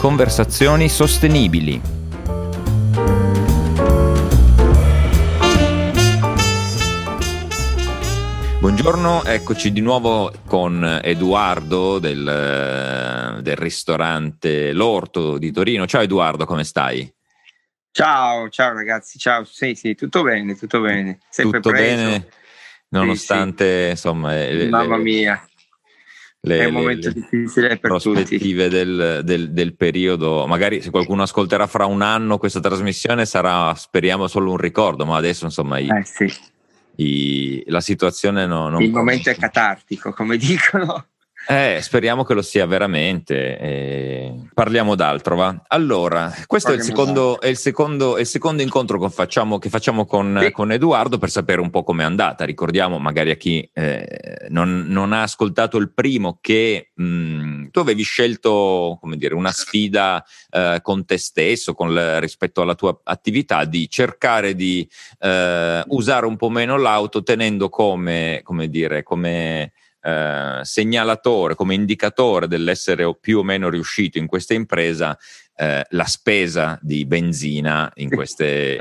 conversazioni sostenibili. Buongiorno, eccoci di nuovo con Edoardo del ristorante L'Orto di Torino. Ciao Edoardo, come stai? Ciao ragazzi, ciao. Sì, tutto bene. Sempre tutto preso. Bene, nonostante sì. insomma Mamma mia, è un momento difficile per prospettive tutti. del periodo. Magari se qualcuno ascolterà fra un anno questa trasmissione sarà, speriamo, solo un ricordo, ma adesso insomma sì. la situazione non Il momento è catartico, come dicono. Speriamo che lo sia veramente. Parliamo d'altro, va? Allora, questo è il secondo incontro che facciamo con Edoardo per sapere un po' com'è andata. Ricordiamo magari a chi non ha ascoltato il primo che tu avevi scelto, come dire, una sfida con te stesso, rispetto alla tua attività, di cercare di usare un po' meno l'auto, tenendo come segnalatore, come indicatore dell'essere più o meno riuscito in questa impresa, la spesa di benzina in queste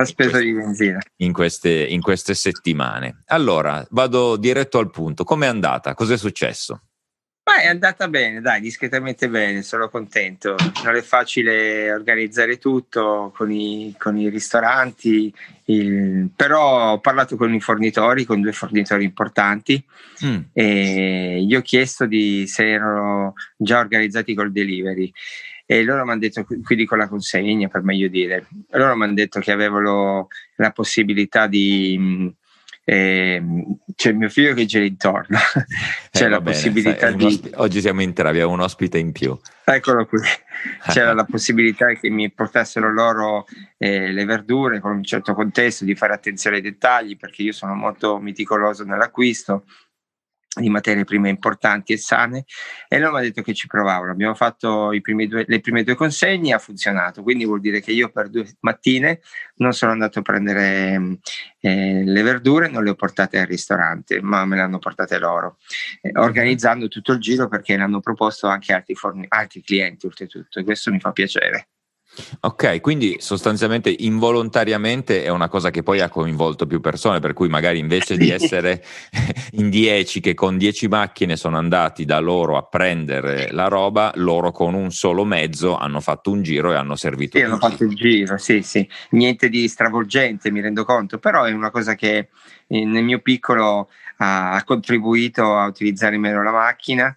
settimane. Allora, vado diretto al punto. Com'è andata? Cos'è successo? Ma è andata bene, dai, discretamente bene, sono contento. Non è facile organizzare tutto con i ristoranti, però ho parlato con con due fornitori importanti, e gli ho chiesto se erano già organizzati col delivery, e loro mi hanno detto, quindi con la consegna per meglio dire, loro mi hanno detto che avevano la possibilità di... c'è mio figlio che gira intorno. C'è la possibilità oggi siamo in tre, abbiamo un ospite in più. Eccolo qui. C'era la possibilità che mi portassero loro le verdure con un certo contesto, di fare attenzione ai dettagli, perché io sono molto meticoloso nell'acquisto di materie prime importanti e sane, e loro mi hanno detto che ci provavano. Abbiamo fatto le prime due consegne, ha funzionato, quindi vuol dire che io per 2 mattine non sono andato a prendere le verdure, non le ho portate al ristorante, ma me le hanno portate loro, organizzando tutto il giro, perché l'hanno proposto anche altri clienti oltretutto, e questo mi fa piacere. Ok, quindi sostanzialmente involontariamente è una cosa che poi ha coinvolto più persone, per cui magari invece di essere in 10 che con 10 macchine sono andati da loro a prendere la roba, loro con un solo mezzo hanno fatto un giro e hanno servito tutti. Hanno fatto il giro, sì. Niente di stravolgente, mi rendo conto, però è una cosa che nel mio piccolo ha contribuito a utilizzare meno la macchina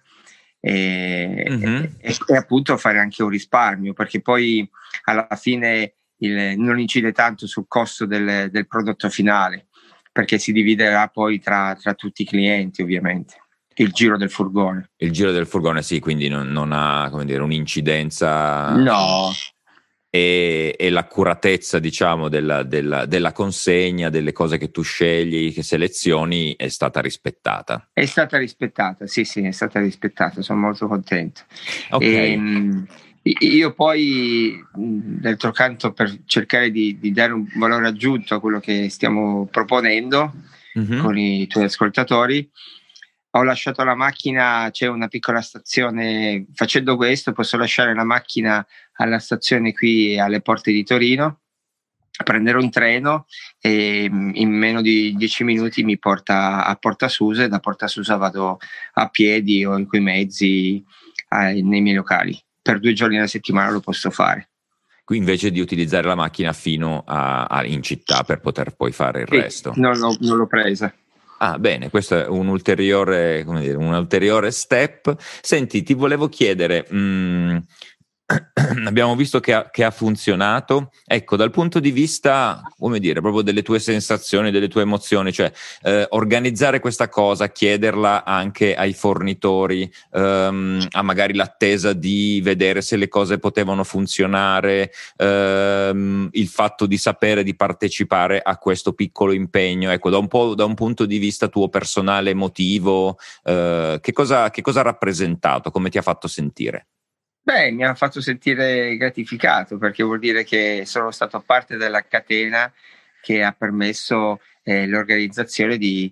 e appunto fare anche un risparmio, perché poi alla fine non incide tanto sul costo del prodotto finale, perché si dividerà poi tra tutti i clienti, ovviamente. Il giro del furgone, sì, quindi non ha, come dire, un'incidenza. No. E l'accuratezza, diciamo, della consegna, delle cose che tu scegli, che selezioni, è stata rispettata. È stata rispettata, sì, è stata rispettata, sono molto contento. Ok. Io poi, d'altro canto, per cercare di dare un valore aggiunto a quello che stiamo proponendo con i tuoi ascoltatori, ho lasciato la macchina, c'è una piccola stazione. Facendo questo posso lasciare la macchina alla stazione qui alle porte di Torino, prendere un treno e in meno di 10 minuti mi porta a Porta Susa, e da Porta Susa vado a piedi o in quei mezzi nei miei locali. Per 2 giorni alla settimana lo posso fare. Qui invece di utilizzare la macchina fino in città per poter poi fare il resto. Non l'ho presa. Ah, bene, questo è un ulteriore step. Senti, ti volevo chiedere, abbiamo visto che ha funzionato, ecco, dal punto di vista, come dire, proprio delle tue sensazioni, delle tue emozioni, cioè organizzare questa cosa, chiederla anche ai fornitori, a magari l'attesa di vedere se le cose potevano funzionare, il fatto di sapere di partecipare a questo piccolo impegno, ecco, da un punto di vista tuo personale, emotivo, che cosa ha rappresentato, come ti ha fatto sentire? Beh, mi ha fatto sentire gratificato, perché vuol dire che sono stato parte della catena che ha permesso l'organizzazione di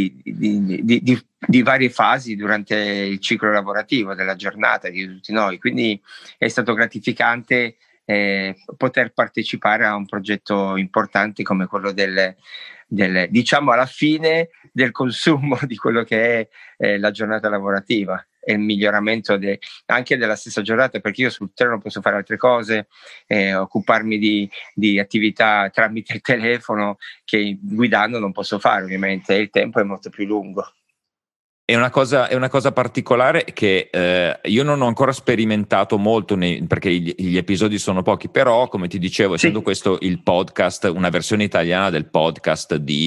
varie fasi durante il ciclo lavorativo della giornata di tutti noi. Quindi è stato gratificante poter partecipare a un progetto importante come quello diciamo alla fine del consumo di quello che è la giornata lavorativa e il miglioramento anche della stessa giornata, perché io sul treno posso fare altre cose, occuparmi di attività tramite il telefono che guidando non posso fare, ovviamente, e il tempo è molto più lungo. È una cosa particolare che io non ho ancora sperimentato molto perché gli episodi sono pochi, però come ti dicevo, essendo questo il podcast, una versione italiana del podcast di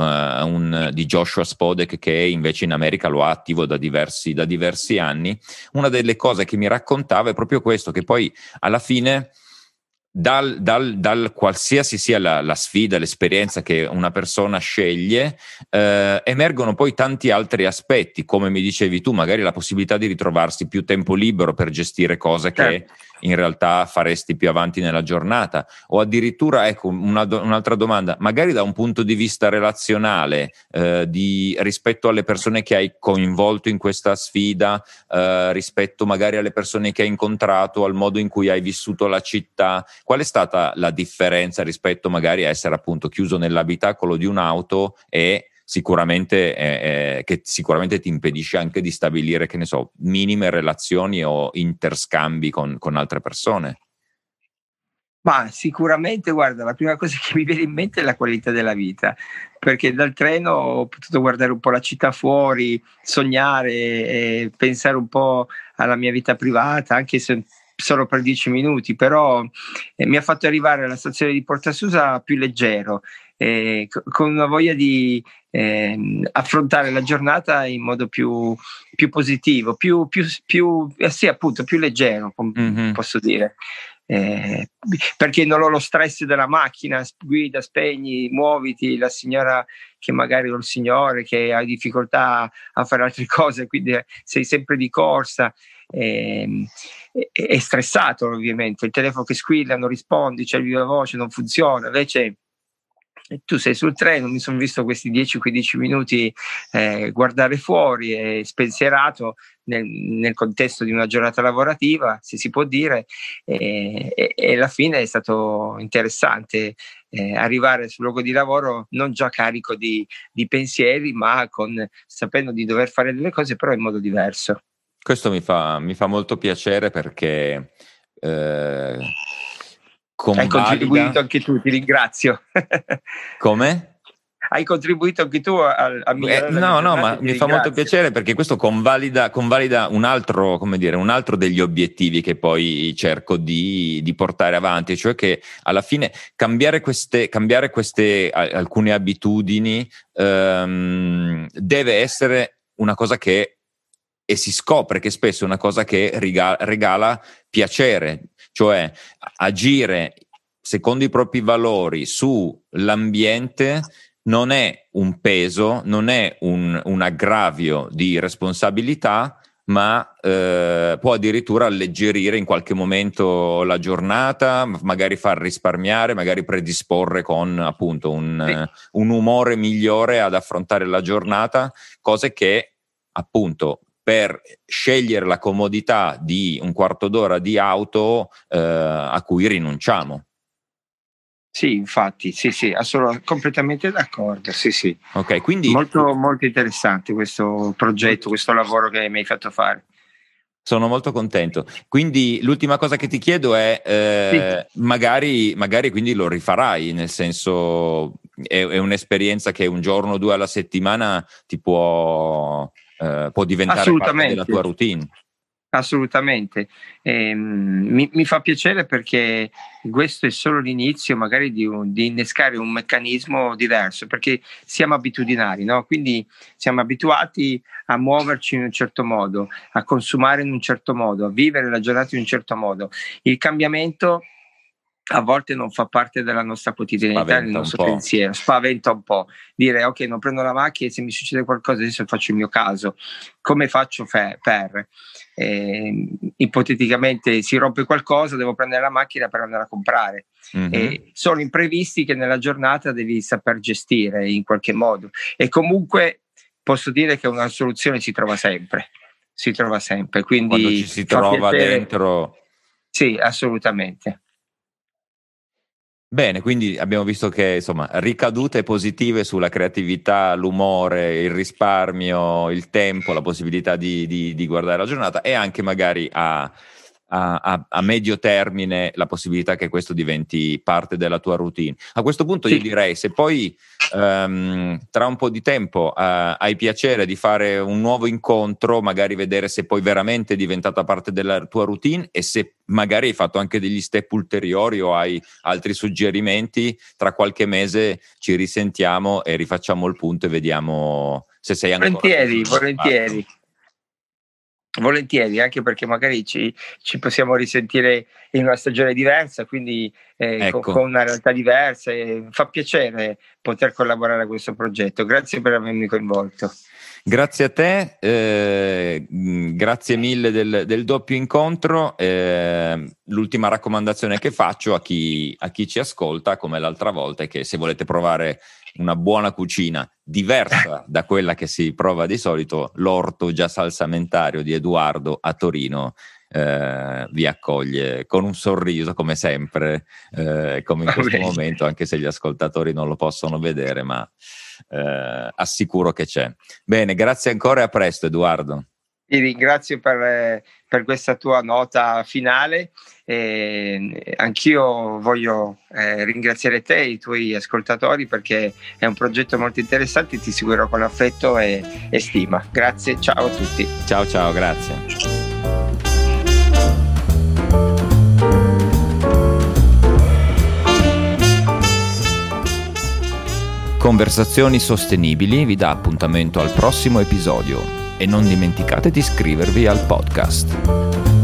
Joshua Spodek, che invece in America lo ha attivo da diversi anni, una delle cose che mi raccontava è proprio questo, che poi alla fine dal qualsiasi sia la sfida, l'esperienza che una persona sceglie, emergono poi tanti altri aspetti, come mi dicevi tu, magari la possibilità di ritrovarsi più tempo libero per gestire cose che in realtà faresti più avanti nella giornata, o addirittura, ecco, un'altra domanda, magari da un punto di vista relazionale, rispetto alle persone che hai coinvolto in questa sfida, rispetto magari alle persone che hai incontrato, al modo in cui hai vissuto la città. Qual è stata la differenza rispetto magari a essere appunto chiuso nell'abitacolo di un'auto e che sicuramente ti impedisce anche di stabilire, che ne so, minime relazioni o interscambi con altre persone? Ma sicuramente, guarda, la prima cosa che mi viene in mente è la qualità della vita, perché dal treno ho potuto guardare un po' la città fuori, sognare e pensare un po' alla mia vita privata, anche se solo per 10 minuti, però mi ha fatto arrivare alla stazione di Portasusa più leggero, con una voglia di affrontare la giornata in modo più positivo, sì, appunto, più leggero, posso dire. Perché non ho lo stress della macchina, guida, spegni, muoviti, la signora che magari o il signore che ha difficoltà a fare altre cose, quindi sei sempre di corsa. È stressato, ovviamente, il telefono che squilla, non rispondi, c'è il viva voce, non funziona. Invece tu sei sul treno, mi sono visto questi 10-15 minuti guardare fuori e spensierato nel contesto di una giornata lavorativa, se si può dire, e alla fine è stato interessante arrivare sul luogo di lavoro non già carico di pensieri, ma sapendo di dover fare delle cose però in modo diverso. Questo mi fa molto piacere perché hai contribuito anche tu, ti ringrazio. Come? Hai contribuito anche tu a migliorare la mia giornata, ma mi fa molto piacere perché questo convalida un altro, come dire, un altro degli obiettivi che poi cerco di portare avanti, cioè che alla fine cambiare queste alcune abitudini deve essere una cosa e si scopre che spesso è una cosa che regala piacere, cioè agire secondo i propri valori sull'ambiente non è un peso, non è un aggravio di responsabilità, ma può addirittura alleggerire in qualche momento la giornata, magari far risparmiare, magari predisporre con appunto un umore migliore ad affrontare la giornata, cose che appunto per scegliere la comodità di un quarto d'ora di auto a cui rinunciamo. Sì, infatti, sì, completamente d'accordo, sì. Ok, quindi molto, molto interessante questo progetto, questo lavoro che mi hai fatto fare. Sono molto contento. Quindi l'ultima cosa che ti chiedo è magari quindi lo rifarai, nel senso è un'esperienza che un giorno o due alla settimana ti può diventare parte della tua routine. Assolutamente, mi fa piacere perché questo è solo l'inizio magari di innescare un meccanismo diverso, perché siamo abitudinari, no? Quindi siamo abituati a muoverci in un certo modo, a consumare in un certo modo, a vivere la giornata in un certo modo. Il cambiamento a volte non fa parte della nostra quotidianità, del nostro pensiero, spaventa un po'. Dire ok, non prendo la macchina e se mi succede qualcosa adesso faccio il mio caso, come faccio per ipoteticamente si rompe qualcosa, devo prendere la macchina per andare a comprare. Sono imprevisti che nella giornata devi saper gestire in qualche modo, e comunque posso dire che una soluzione si trova sempre, quindi quando ci si trova dentro. Sì, assolutamente. Bene, quindi abbiamo visto che insomma ricadute positive sulla creatività, l'umore, il risparmio, il tempo, la possibilità di guardare la giornata, e anche magari a medio termine la possibilità che questo diventi parte della tua routine. A questo punto io direi, se poi tra un po' di tempo hai piacere di fare un nuovo incontro, magari vedere se poi veramente è diventata parte della tua routine, e se magari hai fatto anche degli step ulteriori o hai altri suggerimenti, tra qualche mese ci risentiamo e rifacciamo il punto e vediamo se sei ancora Volentieri, anche perché magari ci possiamo risentire in una stagione diversa, quindi ecco, con una realtà diversa, e fa piacere poter collaborare a questo progetto. Grazie per avermi coinvolto. Grazie a te, grazie mille del doppio incontro. L'ultima raccomandazione che faccio a chi ci ascolta, come l'altra volta, è che se volete provare una buona cucina diversa da quella che si prova di solito, l'orto già salsamentario di Edoardo a Torino vi accoglie con un sorriso, come sempre, come in questo momento, anche se gli ascoltatori non lo possono vedere, ma assicuro che c'è. Bene, grazie ancora e a presto, Edoardo. Ti ringrazio per questa tua nota finale. Anch'io voglio ringraziare te e i tuoi ascoltatori, perché è un progetto molto interessante, ti seguirò con affetto e stima. Grazie, ciao a tutti. Ciao, grazie. Conversazioni Sostenibili vi dà appuntamento al prossimo episodio, e non dimenticate di iscrivervi al podcast.